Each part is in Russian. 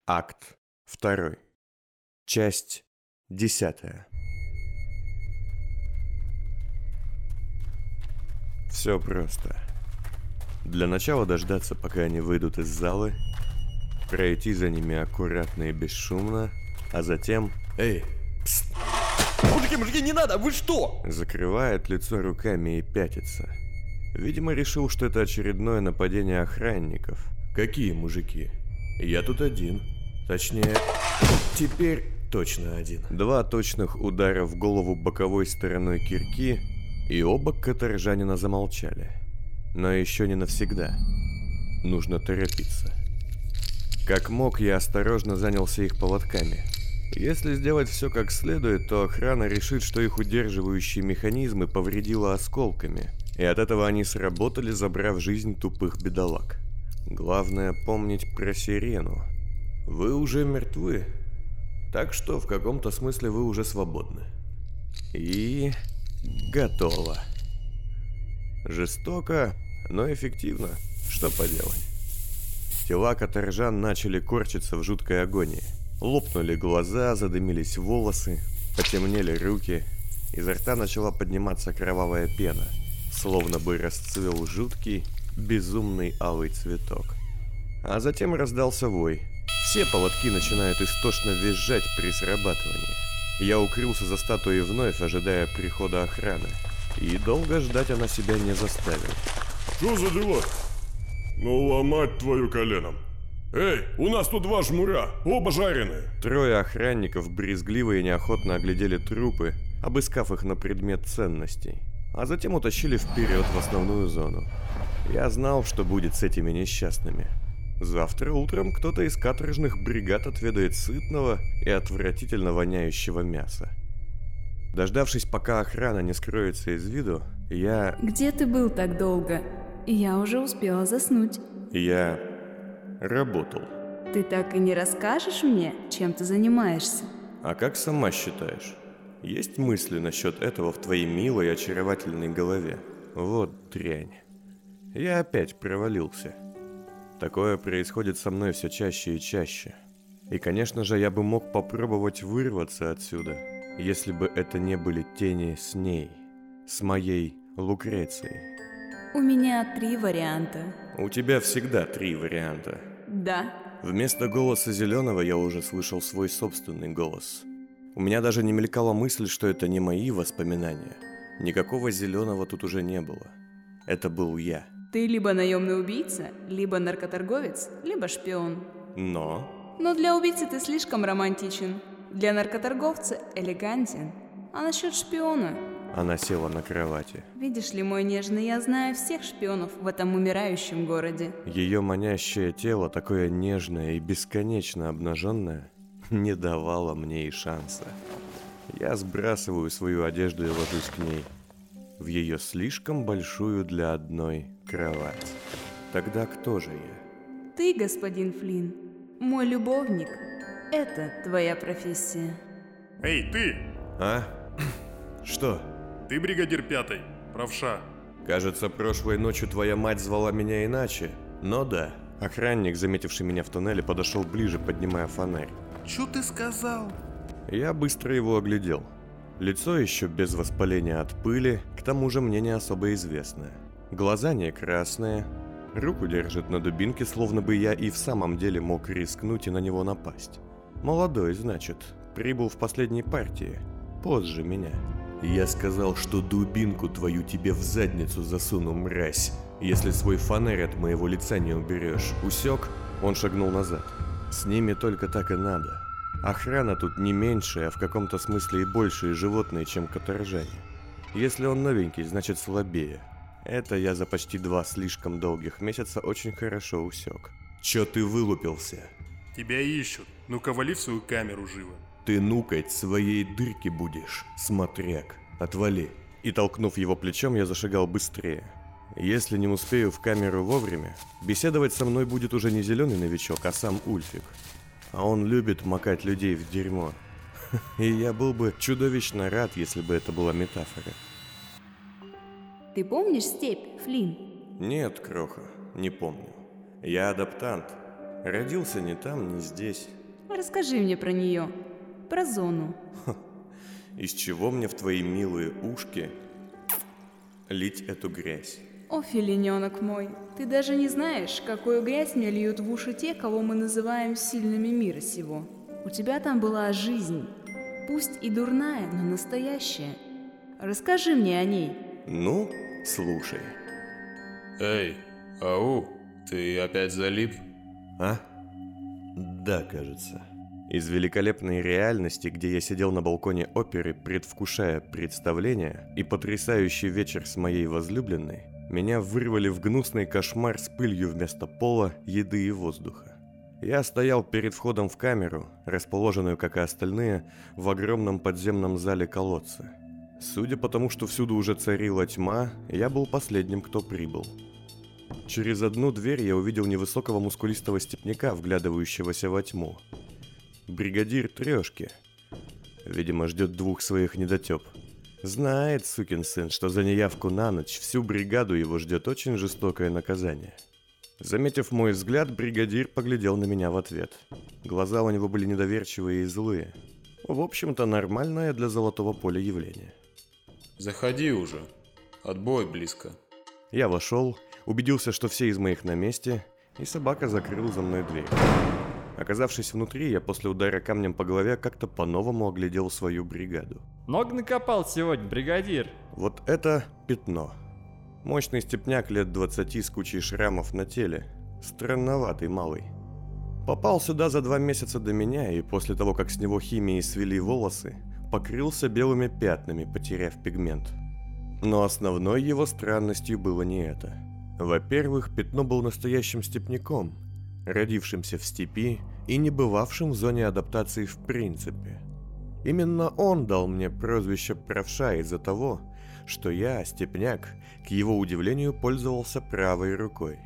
Акт 2. Часть 10. Все просто. Для начала дождаться, пока они выйдут из залы, пройти за ними аккуратно и бесшумно, а затем... Эй, пст! Мужики, не надо, вы что? Закрывает лицо руками и пятится. Видимо, решил, что это очередное нападение охранников. Какие мужики? Я тут один. Точнее, теперь точно один. 2 точных удара в голову боковой стороной кирки, и оба каторжанина замолчали. Но еще не навсегда. Нужно торопиться. Как мог, я осторожно занялся их поводками. Если сделать все как следует, то охрана решит, что их удерживающие механизмы повредило осколками, и от этого они сработали, забрав жизнь тупых бедолаг. Главное помнить про сирену. Вы уже мертвы, так что в каком-то смысле вы уже свободны. И... готово. Жестоко, но эффективно. Что поделать? Тела каторжан начали корчиться в жуткой агонии. Лопнули глаза, задымились волосы, потемнели руки. Изо рта начала подниматься кровавая пена, словно бы расцвел жуткий, безумный алый цветок. А затем раздался вой. Все поводки начинают истошно визжать при срабатывании. Я укрылся за статуей вновь, ожидая прихода охраны. И долго ждать она себя не заставила. Что за дела? Ну, ломать твою коленом. Эй, у нас тут 2 жмуря, оба жареные. 3 охранников брезгливо и неохотно оглядели трупы, обыскав их на предмет ценностей. А затем утащили вперед в основную зону. Я знал, что будет с этими несчастными. Завтра утром кто-то из каторжных бригад отведает сытного и отвратительно воняющего мяса. Дождавшись, пока охрана не скроется из виду, я... Где ты был так долго? Я уже успела заснуть. Я работал. Ты так и не расскажешь мне, чем ты занимаешься? А как сама считаешь? Есть мысли насчет этого в твоей милой, очаровательной голове? Вот дрянь. Я опять провалился. Такое происходит со мной все чаще и чаще. И, конечно же, я бы мог попробовать вырваться отсюда, если бы это не были тени с ней, с моей Лукрецией. У меня 3 варианта. У тебя всегда 3 варианта. Да. Вместо голоса Зеленого я уже слышал свой собственный голос. У меня даже не мелькала мысль, что это не мои воспоминания. Никакого Зеленого тут уже не было. Это был я. Ты либо наемный убийца, либо наркоторговец, либо шпион. Но для убийцы ты слишком романтичен. Для наркоторговца элегантен. А насчет шпиона? Она села на кровати. Видишь ли, мой нежный, я знаю всех шпионов в этом умирающем городе. Ее манящее тело, такое нежное и бесконечно обнаженное, не давало мне и шанса. Я сбрасываю свою одежду и ложусь к ней. В ее слишком большую для одной кровать. Тогда кто же я? Ты, господин Флинн, мой любовник. Это твоя профессия. Эй, ты! А? Что? Ты бригадир 5-й, правша. Кажется, прошлой ночью твоя мать звала меня иначе. Но да. Охранник, заметивший меня в туннеле, подошел ближе, поднимая фонарь. Чё ты сказал? Я быстро его оглядел. Лицо еще без воспаления от пыли, к тому же мне не особо известное. Глаза не красные, руку держит на дубинке, словно бы я и в самом деле мог рискнуть и на него напасть. Молодой, значит, прибыл в последней партии, позже меня. Я сказал, что дубинку твою тебе в задницу засуну, мразь, если свой фонарь от моего лица не уберешь. Усек? Он шагнул назад. С ними только так и надо. Охрана тут не меньше, а в каком-то смысле и большие животные, чем каторжане. Если он новенький, значит слабее. Это я за почти 2 слишком долгих месяца очень хорошо усек. Чё ты вылупился? Тебя ищут. Ну-ка, вали в свою камеру живо. Ты нукать своей дырки будешь, смотряк. Отвали. И толкнув его плечом, я зашагал быстрее. Если не успею в камеру вовремя, беседовать со мной будет уже не зеленый новичок, а сам Ульфик. А он любит макать людей в дерьмо. И я был бы чудовищно рад, если бы это была метафора. Ты помнишь степь, Флинн? Нет, Кроха, не помню. Я адаптант. Родился ни там, ни здесь. Расскажи мне про нее, про зону. Из чего мне в твои милые ушки лить эту грязь? О, филиненок мой, ты даже не знаешь, какую грязь мне льют в уши те, кого мы называем сильными мира сего. У тебя там была жизнь, пусть и дурная, но настоящая. Расскажи мне о ней. Ну, слушай. Эй, ау, ты опять залип? А? Да, кажется. Из великолепной реальности, где я сидел на балконе оперы, предвкушая представление и потрясающий вечер с моей возлюбленной, меня вырвали в гнусный кошмар с пылью вместо пола, еды и воздуха. Я стоял перед входом в камеру, расположенную, как и остальные, в огромном подземном зале колодца. Судя по тому, что всюду уже царила тьма, я был последним, кто прибыл. Через одну дверь я увидел невысокого мускулистого степняка, вглядывающегося во тьму. Бригадир Трешки. Видимо, ждет двух своих недотеп. Знает, сукин сын, что за неявку на ночь всю бригаду его ждет очень жестокое наказание. Заметив мой взгляд, бригадир поглядел на меня в ответ. Глаза у него были недоверчивые и злые. В общем-то, нормальное для Золотого поля явление. Заходи уже, отбой близко. Я вошел, убедился, что все из моих на месте, и собака закрыла за мной дверь. Оказавшись внутри, я после удара камнем по голове как-то по-новому оглядел свою бригаду. Много накопал сегодня, бригадир. Вот это пятно. Мощный степняк лет 20 с кучей шрамов на теле. Странноватый малый. Попал сюда за 2 месяца до меня, и после того, как с него химией свели волосы, покрылся белыми пятнами, потеряв пигмент. Но основной его странностью было не это. Во-первых, пятно был настоящим степняком, родившимся в степи и не бывавшим в зоне адаптации в принципе. Именно он дал мне прозвище правша из-за того, что я, степняк, к его удивлению пользовался правой рукой.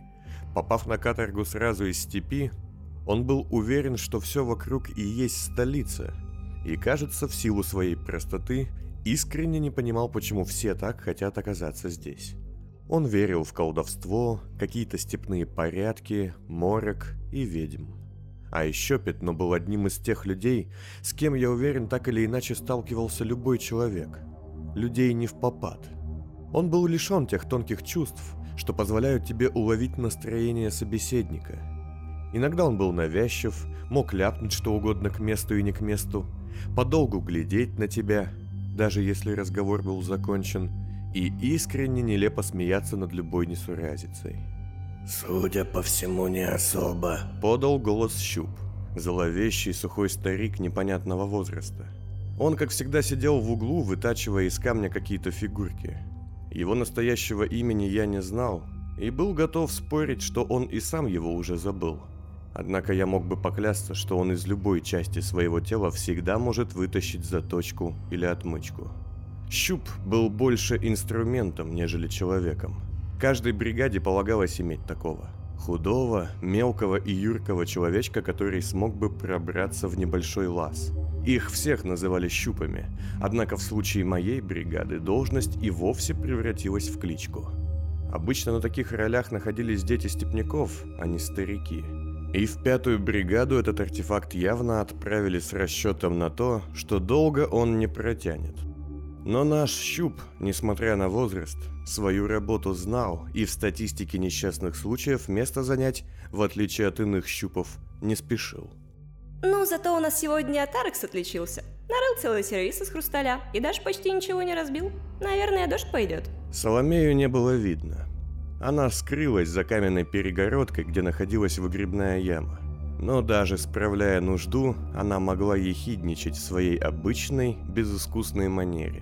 Попав на каторгу сразу из степи, он был уверен, что все вокруг и есть столица, и, кажется, в силу своей простоты, искренне не понимал, почему все так хотят оказаться здесь. Он верил в колдовство, какие-то степные порядки, морок и ведьм. А еще пятно был одним из тех людей, с кем, я уверен, так или иначе сталкивался любой человек. Людей не впопад. Он был лишен тех тонких чувств, что позволяют тебе уловить настроение собеседника. Иногда он был навязчив, мог ляпнуть что угодно к месту и не к месту, подолгу глядеть на тебя, даже если разговор был закончен, и искренне нелепо смеяться над любой несуразицей. «Судя по всему, не особо», — подал голос Щуп, зловещий сухой старик непонятного возраста. Он, как всегда, сидел в углу, вытачивая из камня какие-то фигурки. Его настоящего имени я не знал, и был готов спорить, что он и сам его уже забыл. Однако я мог бы поклясться, что он из любой части своего тела всегда может вытащить заточку или отмычку. Щуп был больше инструментом, нежели человеком. Каждой бригаде полагалось иметь такого. Худого, мелкого и юркого человечка, который смог бы пробраться в небольшой лаз. Их всех называли щупами, однако в случае моей бригады должность и вовсе превратилась в кличку. Обычно на таких ролях находились дети степняков, а не старики. И в 5-ю бригаду этот артефакт явно отправили с расчетом на то, что долго он не протянет. Но наш Щуп, несмотря на возраст, свою работу знал и в статистике несчастных случаев место занять, в отличие от иных щупов, не спешил. Ну, зато у нас сегодня Атарекс отличился. Нарыл целый сервис из хрусталя и даже почти ничего не разбил. Наверное, дождь пойдет. Соломею не было видно. Она скрылась за каменной перегородкой, где находилась выгребная яма. Но даже справляя нужду, она могла ехидничать в своей обычной, безыскусной манере.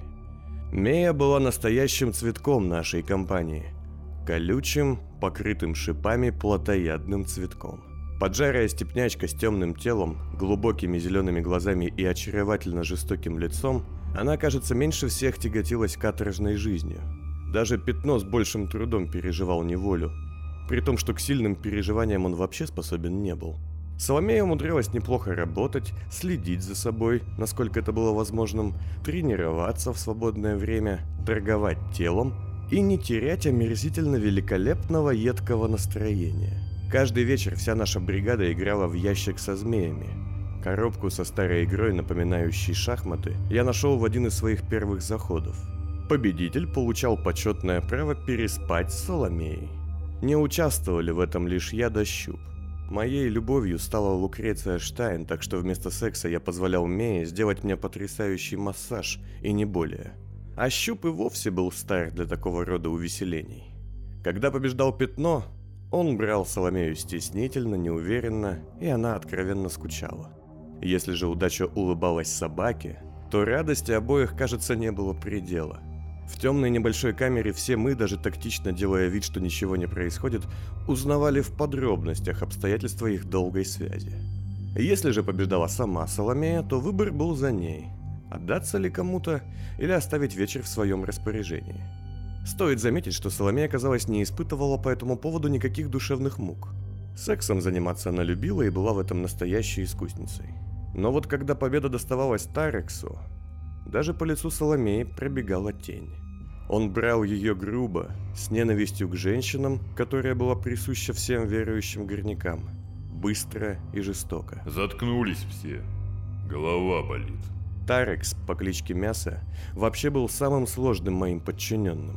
Мея была настоящим цветком нашей компании. Колючим, покрытым шипами плотоядным цветком. Поджарая степнячка с темным телом, глубокими зелеными глазами и очаровательно жестоким лицом, она, кажется, меньше всех тяготилась каторжной жизнью. Даже пятно с большим трудом переживал неволю, при том, что к сильным переживаниям он вообще способен не был. Соломея умудрялась неплохо работать, следить за собой, насколько это было возможным, тренироваться в свободное время, торговать телом и не терять омерзительно великолепного едкого настроения, Каждый вечер вся наша бригада играла в ящик со змеями. Коробку со старой игрой, напоминающей шахматы, я нашел в один из своих первых заходов. Победитель получал почетное право переспать с Соломеей. Не участвовали в этом лишь я да Щуп. Моей любовью стала Лукреция Штайн, так что вместо секса я позволял Мее сделать мне потрясающий массаж, и не более. А Щуп и вовсе был стар для такого рода увеселений. Когда побеждал Пятно, он брал Соломею стеснительно, неуверенно, и она откровенно скучала. Если же удача улыбалась собаке, то радости обоих, кажется, не было предела. В темной небольшой камере все мы, даже тактично делая вид, что ничего не происходит, узнавали в подробностях обстоятельства их долгой связи. Если же побеждала сама Соломея, то выбор был за ней – отдаться ли кому-то или оставить вечер в своем распоряжении. Стоит заметить, что Соломея, казалось, не испытывала по этому поводу никаких душевных мук. Сексом заниматься она любила и была в этом настоящей искусницей. Но вот когда победа доставалась Тарексу, даже по лицу Соломеи пробегала тень. Он брал ее грубо, с ненавистью к женщинам, которая была присуща всем верующим горнякам, быстро и жестоко. Заткнулись все. Голова болит. Тарекс по кличке Мясо вообще был самым сложным моим подчиненным.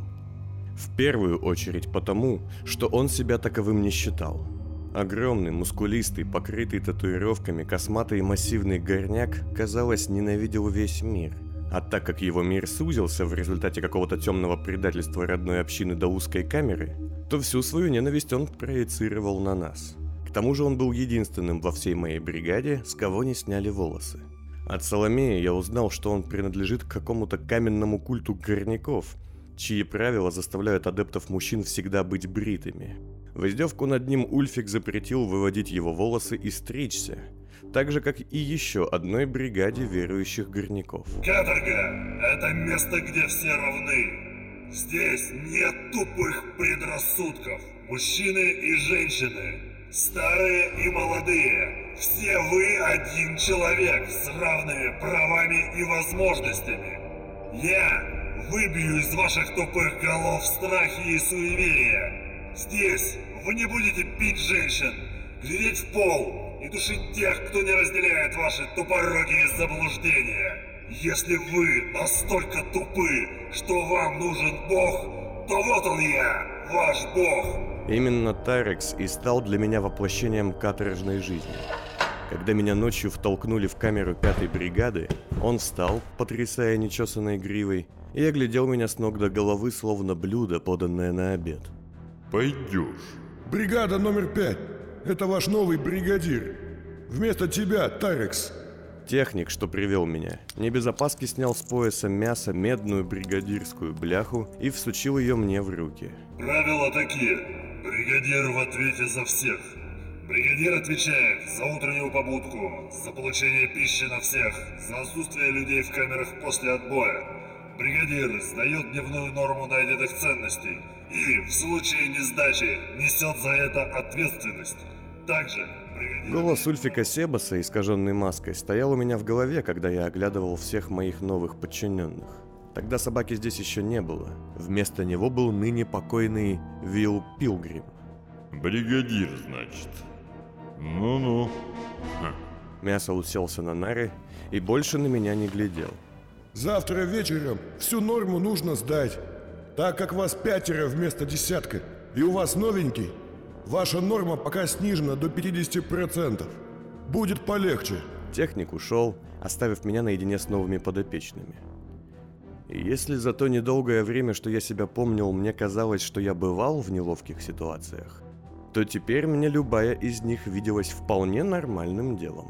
В первую очередь потому, что он себя таковым не считал. Огромный, мускулистый, покрытый татуировками, косматый и массивный горняк, казалось, ненавидел весь мир. А так как его мир сузился в результате какого-то темного предательства родной общины до узкой камеры, то всю свою ненависть он проецировал на нас. К тому же он был единственным во всей моей бригаде, с кого не сняли волосы. От Соломеи я узнал, что он принадлежит к какому-то каменному культу горняков, чьи правила заставляют адептов мужчин всегда быть бритыми. В издевку над ним Ульфик запретил выводить его волосы и стричься, так же, как и еще одной бригаде верующих горняков. Каторга – это место, где все равны. Здесь нет тупых предрассудков. Мужчины и женщины, старые и молодые, все вы один человек с равными правами и возможностями. Я выбью из ваших тупых голов страхи и суеверия. Здесь вы не будете бить женщин, глядеть в пол и душить тех, кто не разделяет ваши тупорогие заблуждения. Если вы настолько тупы, что вам нужен Бог, то вот он я, ваш Бог. Именно Тарекс и стал для меня воплощением каторжной жизни. Когда меня ночью втолкнули в камеру 5-й бригады, он встал, потрясая нечесанной гривой, и оглядел меня с ног до головы, словно блюдо, поданное на обед. Пойдешь. Бригада номер 5. Это ваш новый бригадир. Вместо тебя, Тарекс. Техник, что привел меня, не без опаски снял с пояса Мяса медную бригадирскую бляху и всучил ее мне в руки. Правила такие. Бригадир в ответе за всех. Бригадир отвечает за утреннюю побудку, за получение пищи на всех, за отсутствие людей в камерах после отбоя. Бригадир сдает дневную норму найденных ценностей и, в случае несдачи, несет за это ответственность. Также бригадир... Голос Ульфика Себаса, искаженный маской, стоял у меня в голове, когда я оглядывал всех моих новых подчиненных. Тогда собаки здесь еще не было. Вместо него был ныне покойный Вилл Пилгрим. Бригадир, значит. Ну-ну. Мясо уселся на нары и больше на меня не глядел. Завтра вечером всю норму нужно сдать. Так как вас 5 вместо 10, и у вас новенький, ваша норма пока снижена до 50%. Будет полегче. Техник ушел, оставив меня наедине с новыми подопечными. И если за то недолгое время, что я себя помнил, мне казалось, что я бывал в неловких ситуациях, то теперь мне любая из них виделась вполне нормальным делом.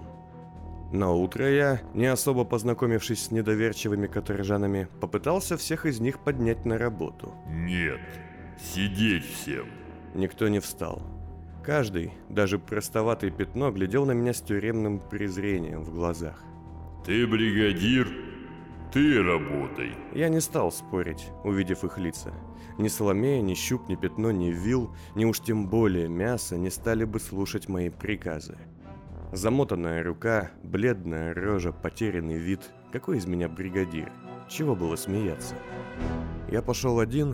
Наутро я, не особо познакомившись с недоверчивыми каторжанами, попытался всех из них поднять на работу. Нет, сидеть всем. Никто не встал. Каждый, даже простоватый Пятно, глядел на меня с тюремным презрением в глазах. Ты бригадир, ты работай. Я не стал спорить, увидев их лица. Ни Соломея, ни Щуп, ни Пятно, ни Вилл, ни уж тем более Мясо не стали бы слушать мои приказы. Замотанная рука, бледная рожа, потерянный вид. Какой из меня бригадир? Чего было смеяться? Я пошел один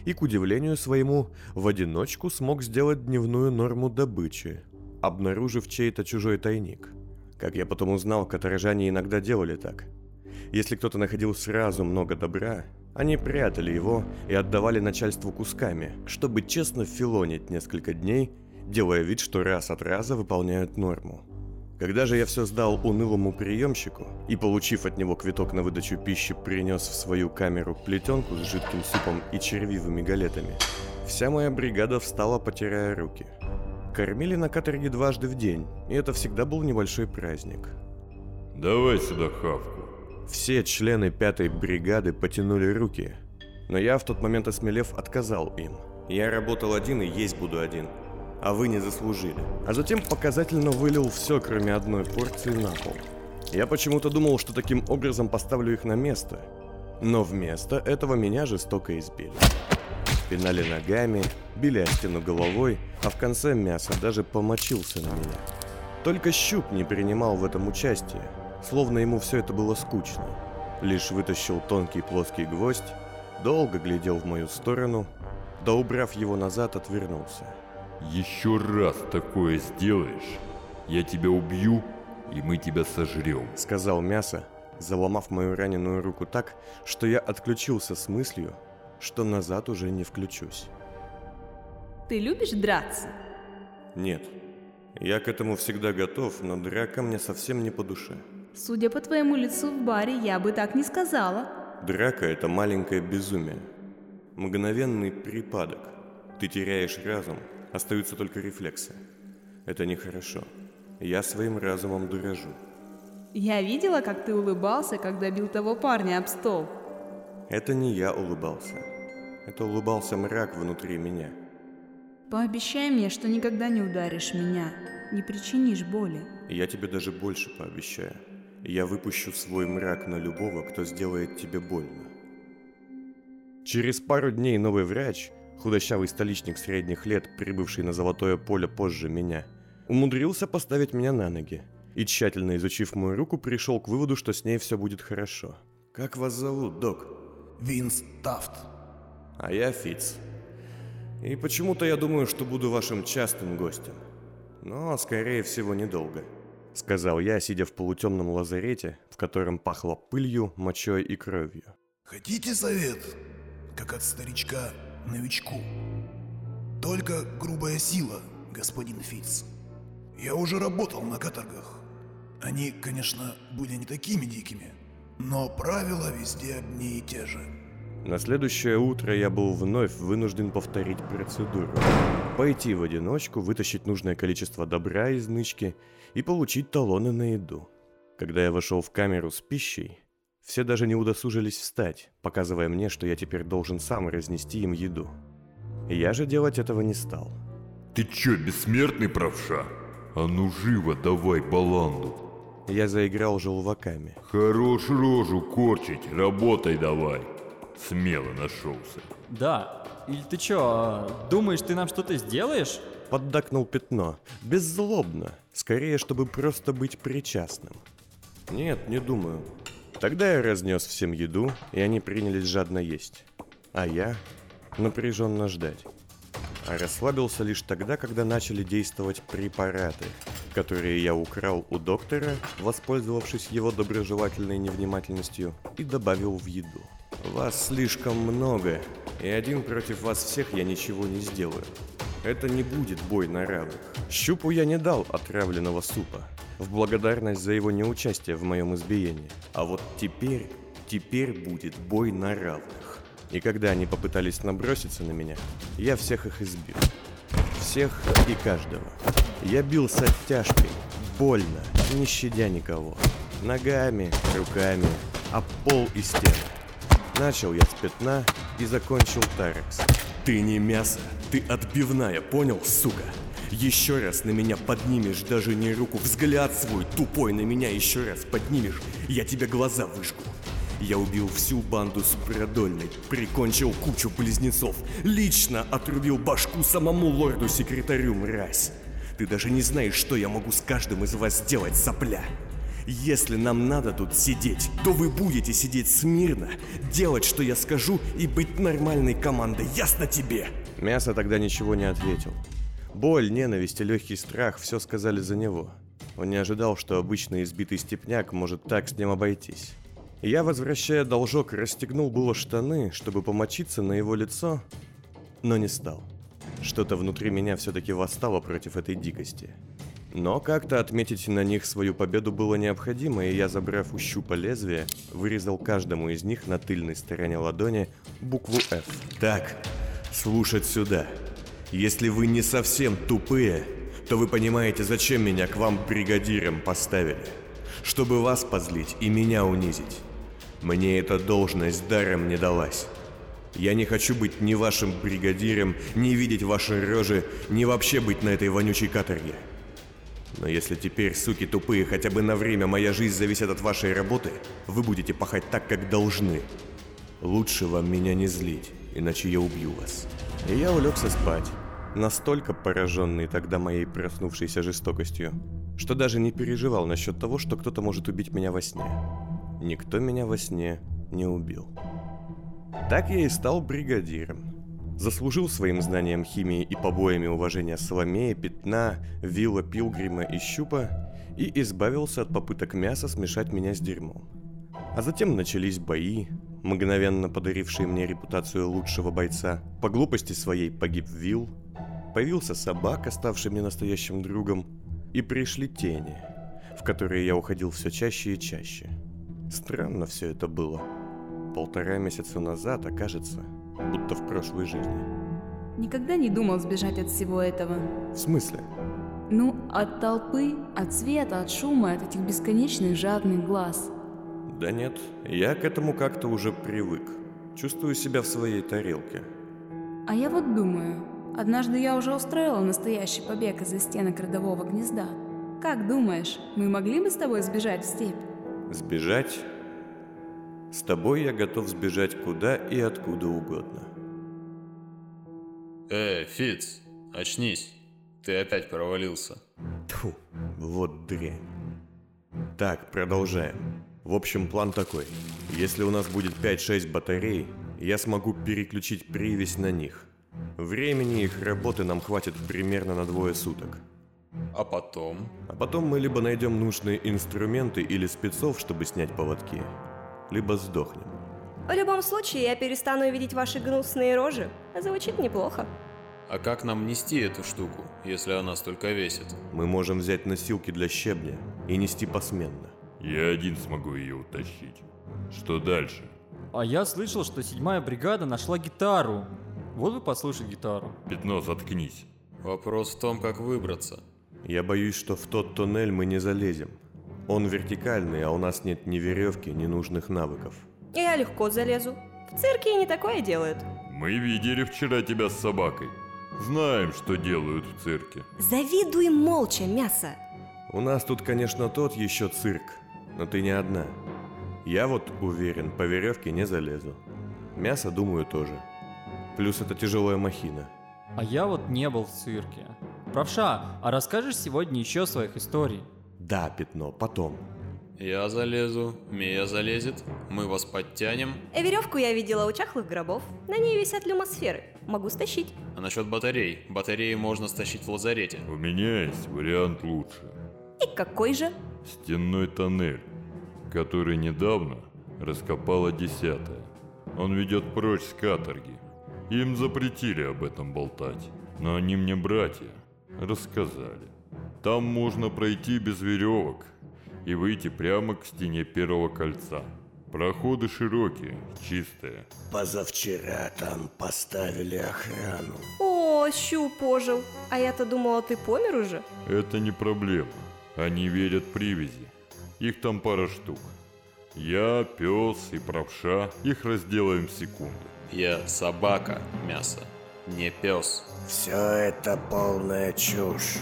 и, к удивлению своему, в одиночку смог сделать дневную норму добычи, обнаружив чей-то чужой тайник. Как я потом узнал, каторжане иногда делали так. Если кто-то находил сразу много добра, они прятали его и отдавали начальству кусками, чтобы честно филонить несколько дней, делая вид, что раз от раза выполняют норму. Когда же я все сдал унылому приемщику и, получив от него квиток на выдачу пищи, принес в свою камеру плетенку с жидким супом и червивыми галетами, вся моя бригада встала, потирая руки. Кормили на каторге дважды в день, и это всегда был небольшой праздник. Давай сюда хавку. Все члены 5-й бригады потянули руки, но я, в тот момент осмелев, отказал им. Я работал один и есть буду один, а вы не заслужили. А затем показательно вылил все, кроме одной порции, на пол. Я почему-то думал, что таким образом поставлю их на место, но вместо этого меня жестоко избили. Пинали ногами, били о стену головой, а в конце мясо даже помочился на меня. Только Щуп не принимал в этом участие, словно ему все это было скучно. Лишь вытащил тонкий плоский гвоздь, долго глядел в мою сторону, да, убрав его назад, отвернулся. Еще раз такое сделаешь, я тебя убью, и мы тебя сожрем, сказал мясо, заломав мою раненую руку так, что я отключился с мыслью, что назад уже не включусь. Ты любишь драться? Нет. Я к этому всегда готов, но драка мне совсем не по душе. Судя по твоему лицу в баре, я бы так не сказала. Драка – это маленькое безумие. Мгновенный припадок. Ты теряешь разум, остаются только рефлексы. Это нехорошо. Я своим разумом дорожу. Я видела, как ты улыбался, когда бил того парня об стол. Это не я улыбался. Это улыбался мрак внутри меня. Пообещай мне, что никогда не ударишь меня, не причинишь боли. Я тебе даже больше пообещаю. Я выпущу свой мрак на любого, кто сделает тебе больно. Через пару дней новый врач, худощавый столичник средних лет, прибывший на Золотое поле позже меня, умудрился поставить меня на ноги и, тщательно изучив мою руку, пришел к выводу, что с ней все будет хорошо. «Как вас зовут, док?» «Винс Тафт». «А я Фитц. И почему-то я думаю, что буду вашим частым гостем. Но, скорее всего, недолго», — сказал я, сидя в полутемном лазарете, в котором пахло пылью, мочой и кровью. «Хотите совет? Как от старичка-новичку. Только грубая сила, господин Фитц. Я уже работал на каторгах. Они, конечно, были не такими дикими, но правила везде одни и те же». На следующее утро я был вновь вынужден повторить процедуру. Пойти в одиночку, вытащить нужное количество добра из нычки и получить талоны на еду. Когда я вошел в камеру с пищей, все даже не удосужились встать, показывая мне, что я теперь должен сам разнести им еду. Я же делать этого не стал. «Ты чё, бессмертный правша? А ну живо давай баланду!» Я заиграл желваками. «Хорош рожу корчить, работай давай!» Смело нашелся. Да, или ты чё, думаешь, ты нам что-то сделаешь? Поддакнул Пятно, беззлобно, скорее, чтобы просто быть причастным. Нет, не думаю. Тогда я разнес всем еду, и они принялись жадно есть. А я напряженно ждать. А расслабился лишь тогда, когда начали действовать препараты, которые я украл у доктора, воспользовавшись его доброжелательной невнимательностью, и добавил в еду. Вас слишком много, и один против вас всех я ничего не сделаю. Это не будет бой на равных. Щупу я не дал отравленного супа, в благодарность за его неучастие в моем избиении. А вот теперь будет бой на равных. И когда они попытались наброситься на меня, я всех их избил. Всех и каждого. Я бил с оттяжкой, больно, не щадя никого. Ногами, руками, об пол и стены. Начал я с Пятна и закончил Тарекс. Ты не мясо, ты отбивная, понял, сука? Еще раз на меня поднимешь даже не руку, взгляд свой тупой на меня еще раз поднимешь, я тебе глаза выжгу. Я убил всю банду супердольной, прикончил кучу близнецов, лично отрубил башку самому лорду-секретарю, мразь. Ты даже не знаешь, что я могу с каждым из вас сделать, сопля. Если нам надо тут сидеть, то вы будете сидеть смирно, делать, что я скажу, и быть нормальной командой, ясно тебе? Мясо тогда ничего не ответил. Боль, ненависть и легкий страх все сказали за него. Он не ожидал, что обычный избитый степняк может так с ним обойтись. Я, возвращая должок, расстегнул было штаны, чтобы помочиться на его лицо, но не стал. Что-то внутри меня все-таки восстало против этой дикости. Но как-то отметить на них свою победу было необходимо, и я, забрав у щупа лезвие, вырезал каждому из них на тыльной стороне ладони букву F. Так, слушать сюда. Если вы не совсем тупые, то вы понимаете, зачем меня к вам бригадиром поставили. Чтобы вас позлить и меня унизить. Мне эта должность даром не далась. Я не хочу быть ни вашим бригадиром, ни видеть ваши рожи, ни вообще быть на этой вонючей каторге. Но если теперь, суки тупые, хотя бы на время моя жизнь зависит от вашей работы, вы будете пахать так, как должны. Лучше вам меня не злить, иначе я убью вас. И я улегся спать, настолько пораженный тогда моей проснувшейся жестокостью, что даже не переживал насчет того, что кто-то может убить меня во сне. Никто меня во сне не убил. Так я и стал бригадиром. Заслужил своим знанием химии и побоями уважения Соломея, Пятна, Вилла, Пилгрима и Щупа и избавился от попыток мяса смешать меня с дерьмом. А затем начались бои, мгновенно подарившие мне репутацию лучшего бойца. По глупости своей погиб Вилл, появился собака, ставший мне настоящим другом, и пришли тени, в которые я уходил все чаще и чаще. Странно все это было. 1,5 месяца назад, окажется, будто в прошлой жизни. Никогда не думал сбежать от всего этого. В смысле? Ну, от толпы, от света, от шума, от этих бесконечных жадных глаз. Да нет, я к этому как-то уже привык. Чувствую себя в своей тарелке. А я вот думаю, однажды я уже устроила настоящий побег из-за стенок родового гнезда. Как думаешь, мы могли бы с тобой сбежать в степь? Сбежать? С тобой я готов сбежать куда и откуда угодно. Фиц, очнись. Ты опять провалился. Тьфу, вот дрянь. Так, продолжаем. В общем, план такой. Если у нас будет 5-6 батарей, я смогу переключить привязь на них. Времени их работы нам хватит примерно на 2 суток. А потом? А потом мы либо найдем нужные инструменты или спецов, чтобы снять поводки, либо сдохнем. В любом случае, я перестану видеть ваши гнусные рожи. Звучит неплохо. А как нам нести эту штуку, если она столько весит? Мы можем взять носилки для щебня и нести посменно. Я один смогу ее утащить. Что дальше? А я слышал, что 7-я бригада нашла гитару. Вот бы послушать гитару. Пятно, заткнись. Вопрос в том, как выбраться. Я боюсь, что в тот туннель мы не залезем. Он вертикальный, а у нас нет ни веревки, ни нужных навыков. Я легко залезу. В цирке и не такое делают. Мы видели вчера тебя с собакой. Знаем, что делают в цирке. Завидуй молча, мясо. У нас тут, конечно, тот еще цирк, но ты не одна. Я вот уверен, по веревке не залезу. Мясо, думаю, тоже. Плюс это тяжелая махина. А я вот не был в цирке. Правша, а расскажешь сегодня еще своих историй? Да, Пятно, потом. Я залезу, Мия залезет, мы вас подтянем. Веревку я видела у чахлых гробов. На ней висят люмосферы. Могу стащить. А насчет батарей? Батареи можно стащить в лазарете. У меня есть вариант лучше. И какой же? Стенной тоннель, который недавно раскопала 10-я. Он ведет прочь с каторги. Им запретили об этом болтать. Но они мне, братья, рассказали. Там можно пройти без веревок и выйти прямо к стене первого кольца. Проходы широкие, чистые. Позавчера там поставили охрану. О, Щуп ожил. А я-то думала, ты помер уже. Это не проблема. Они верят привязи. Их там пара штук. Я, пес и правша. Их разделаем в секунды. Я собака, мясо, не пес. Все это полная чушь.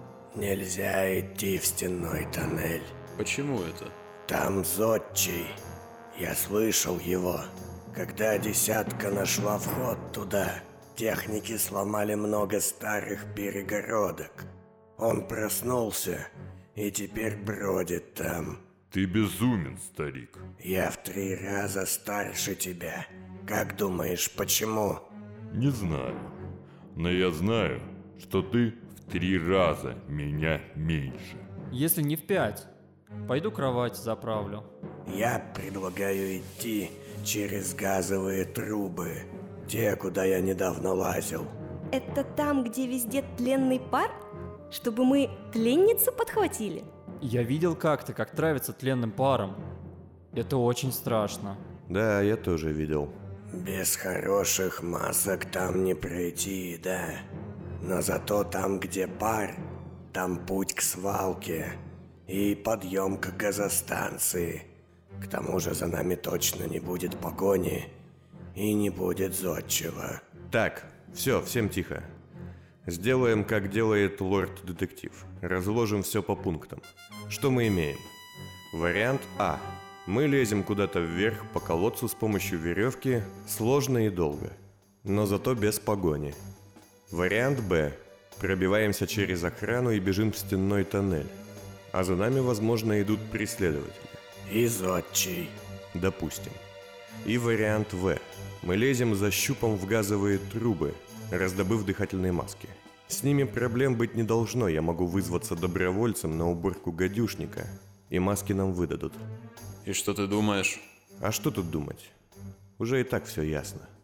Нельзя идти в стенной тоннель. Почему это? Там зодчий. Я слышал его. Когда 10-ка нашла вход туда, техники сломали много старых перегородок. Он проснулся и теперь бродит там. Ты безумен, старик. Я в 3 раза старше тебя. Как думаешь, почему? Не знаю. Но я знаю, что ты в 3 раза меня меньше. Если не в 5, пойду кровать заправлю. Я предлагаю идти через газовые трубы. Те, куда я недавно лазил. Это там, где везде тленный пар? Чтобы мы тленницу подхватили? Я видел как-то, как травится тленным паром. Это очень страшно. Да, я тоже видел. Без хороших масок там не пройти, да. Но зато там, где пар, там путь к свалке и подъем к газостанции. К тому же за нами точно не будет погони и не будет зодчего. Так, все, всем тихо. Сделаем, как делает лорд-детектив. Разложим все по пунктам. Что мы имеем? Вариант А. Мы лезем куда-то вверх по колодцу с помощью веревки, сложно и долго, но зато без погони. Вариант Б. Пробиваемся через охрану и бежим в стенной тоннель. А за нами, возможно, идут преследователи. И зодчий. Допустим. И вариант В. Мы лезем за щупом в газовые трубы, раздобыв дыхательные маски. С ними проблем быть не должно, я могу вызваться добровольцем на уборку гадюшника, и маски нам выдадут. И что ты думаешь? А что тут думать? Уже и так все ясно.